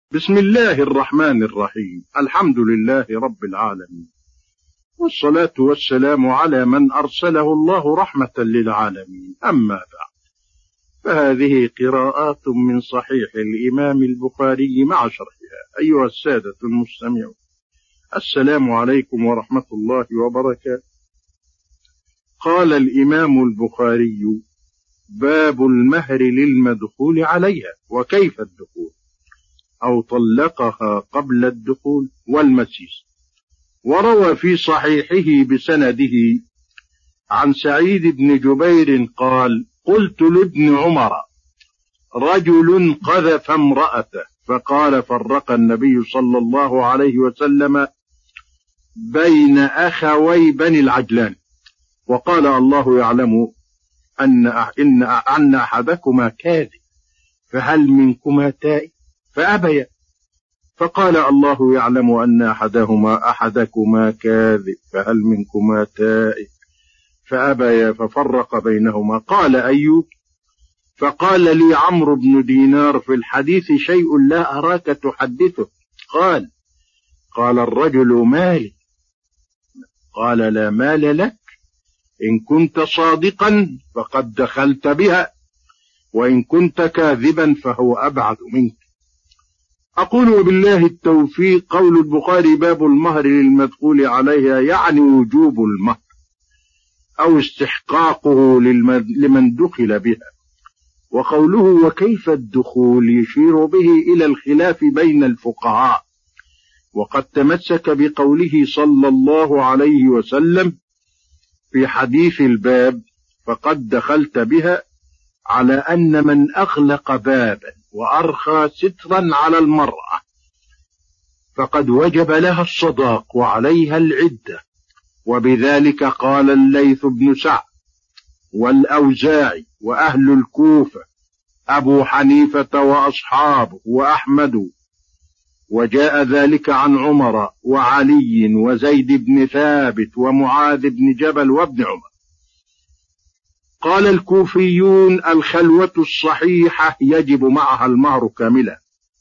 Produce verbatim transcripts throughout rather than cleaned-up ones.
بسم الله الرحمن الرحيم. الحمد لله رب العالمين، والصلاة والسلام على من أرسله الله رحمة للعالمين. أما بعد، فهذه قراءات من صحيح الإمام البخاري مع شرحها. أيها السادة المستمعون، السلام عليكم ورحمة الله وبركاته. قال الإمام البخاري: باب المهر للمدخول عليها وكيف الدخول، أو طلقها قبل الدخول والمسيس. وروى في صحيحه بسنده عن سعيد بن جبير قال: قلت لابن عمر: رجل قذف امرأته، فقال: فرق النبي صلى الله عليه وسلم بين أخوي بني العجلان، وقال: الله يعلم أن إن أن أحدكما كاذب، فهل منكما تائب؟ فأبيا. فقال: الله يعلم أن أحدهما أحدكما كاذب، فهل منكما تائب؟ فأبيا، ففرق بينهما. قال أيوب: فقال لي عمرو بن دينار: في الحديث شيء لا أراك تحدثه. قال: قال الرجل: مالي. قال: لا مال لك، إن كنت صادقا فقد دخلت بها، وإن كنت كاذبا فهو أبعد منك. أقول وبالله التوفيق. قول البخاري: باب المهر للمدخول عليها، يعني وجوب المهر أو استحقاقه لمن دخل بها. وقوله وكيف الدخول يشير به إلى الخلاف بين الفقهاء، وقد تمسك بقوله صلى الله عليه وسلم في حديث الباب: فقد دخلت بها، على أن من أغلق بابا وأرخى سترا على المرأة فقد وجب لها الصداق وعليها العدة. وبذلك قال الليث بن سعد والأوزاعي وأهل الكوفة، أبو حنيفة وأصحابه وأحمد. وجاء ذلك عن عمر وعلي وزيد بن ثابت ومعاذ بن جبل وابن عمر. قال الكوفيون: الخلوة الصحيحة يجب معها المهر كاملا،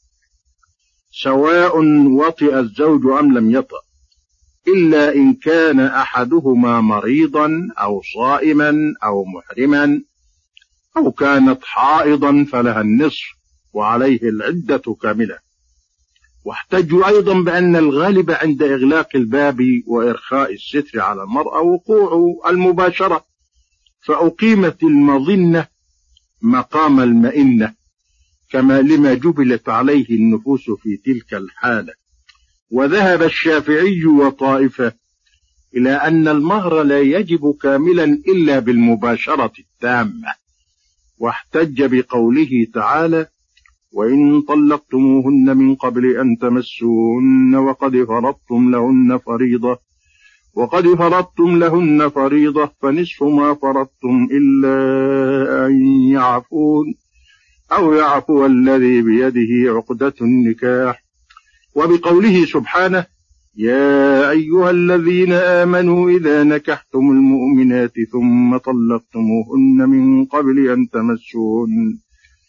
سواء وطئ الزوج أم لم يطئ، إلا إن كان أحدهما مريضا أو صائما أو محرما أو كانت حائضا فلها النصف وعليه العدة كاملة. واحتجوا أيضا بأن الغالب عند إغلاق الباب وإرخاء الستر على المرأة وقوع المباشرة، فأقيمت المظنة مقام المئنة، كما لما جبلت عليه النفوس في تلك الحالة. وذهب الشافعي وطائفة إلى أن المهر لا يجب كاملا إلا بالمباشرة التامة، واحتج بقوله تعالى: وإن طلقتموهن من قبل أن تمسوهن وقد فرضتم لهن فريضة وقد فرضتم لهن فريضة فنصف ما فرضتم إلا أن يعفون أو يعفو الذي بيده عقدة النكاح. وبقوله سبحانه: يا أيها الذين آمنوا إذا نكحتم المؤمنات ثم طلقتموهن من قبل أن تمسوهن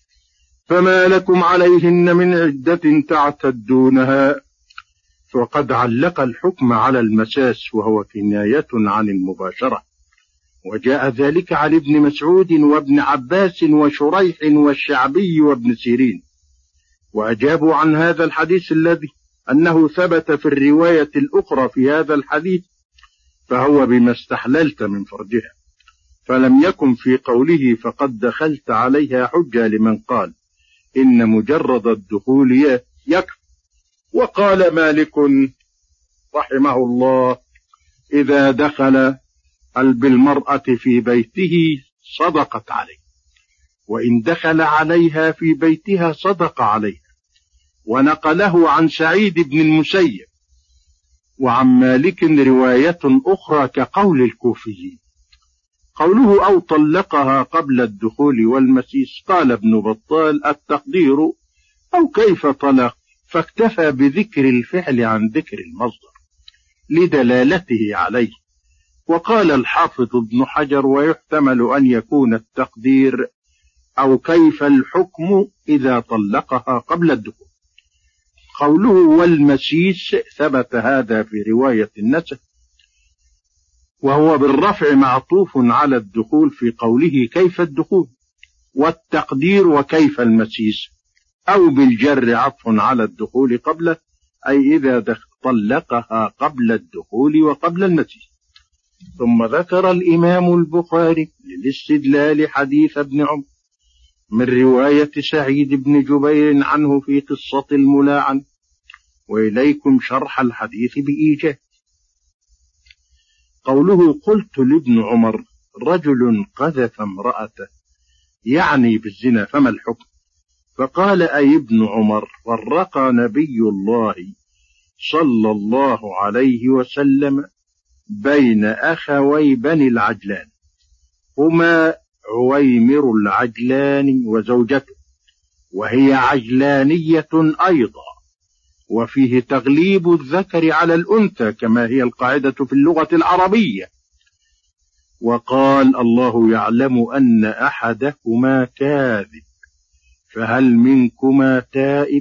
فما لكم عليهن من عدة تعتدونها. فقد علق الحكم على المساس، وهو كناية عن المباشرة. وجاء ذلك عن ابن مسعود وابن عباس وشريح والشعبي وابن سيرين. وأجابوا عن هذا الحديث الذي أنه ثبت في الرواية الأخرى في هذا الحديث، فهو بما استحللت من فرجها، فلم يكن في قوله فقد دخلت عليها حجة لمن قال إن مجرد الدخول يكفي. وقال مالك رحمه الله: إذا دخل بالمرأة في بيته صدقت عليه، وإن دخل عليها في بيتها صدق عليها. ونقله عن سعيد بن المسيب وعن مالك رواية أخرى كقول الكوفيين. قوله أو طلقها قبل الدخول والمسيس، قال ابن بطال: التقدير أو كيف طلق، فاكتفى بذكر الفعل عن ذكر المصدر لدلالته عليه. وقال الحافظ ابن حجر: ويحتمل أن يكون التقدير أو كيف الحكم إذا طلقها قبل الدخول، قوله والمسيس ثبت هذا في رواية النسخ، وهو بالرفع معطوف على الدخول في قوله كيف الدخول، والتقدير وكيف المسيس، أو بالجر عطف على الدخول قبله، أي إذا طلقها قبل الدخول وقبل المسيس. ثم ذكر الإمام البخاري للاستدلال حديث ابن عمر من رواية سعيد بن جبير عنه في قصة الملاعن، وإليكم شرح الحديث بإيجاز. قوله قلت لابن عمر رجل قذف امرأته يعني بالزنا فما الحكم؟ فقال أي ابن عمر فرق نبي الله صلى الله عليه وسلم بين أخوي بني العجلان، هما عويمر العجلان وزوجته، وهي عجلانية أيضا، وفيه تغليب الذكر على الأنثى كما هي القاعدة في اللغة العربية. وقال الله يعلم أن أحدكما كاذب فهل منكما تائب؟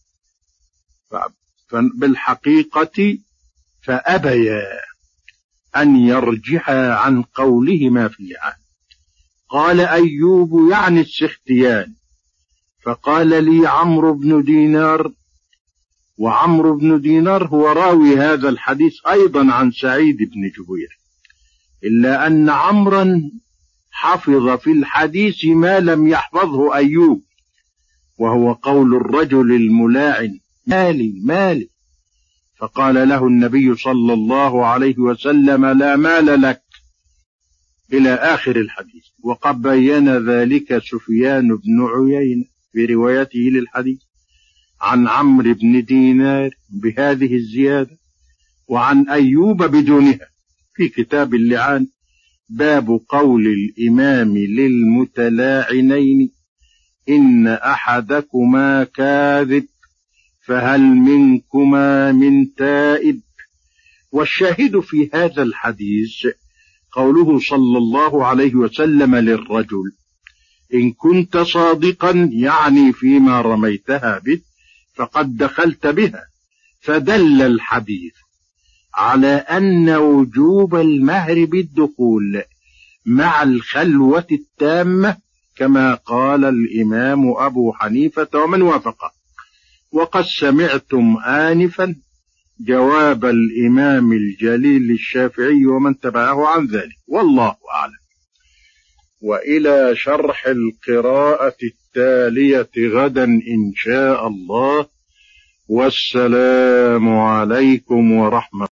بالحقيقة فأبيا أن يرجحا عن قولهما في اللعان. قال أيوب يعني السختيان، فقال لي عمرو بن دينار، وعمرو بن دينار هو راوي هذا الحديث أيضا عن سعيد بن جبير، إلا أن عمرا حفظ في الحديث ما لم يحفظه أيوب، وهو قول الرجل الملاعن مالي مالي، فقال له النبي صلى الله عليه وسلم لا مال لك إلى آخر الحديث. وقد بين ذلك سفيان بن عيينة في روايته للحديث عن عمرو بن دينار بهذه الزيادة، وعن أيوب بدونها في كتاب اللعان، باب قول الإمام للمتلاعنين إن أحدكما كاذب فهل منكما من تائب. والشاهد في هذا الحديث قوله صلى الله عليه وسلم للرجل إن كنت صادقا يعني فيما رميتها به فقد دخلت بها، فدل الحديث على أن وجوب المهر بالدخول مع الخلوة التامة كما قال الإمام أبو حنيفة ومن وافقه. وقد سمعتم آنفا جواب الإمام الجليل الشافعي ومن تبعه عن ذلك، والله أعلم. وإلى شرح القراءة التالية غدا إن شاء الله، والسلام عليكم ورحمة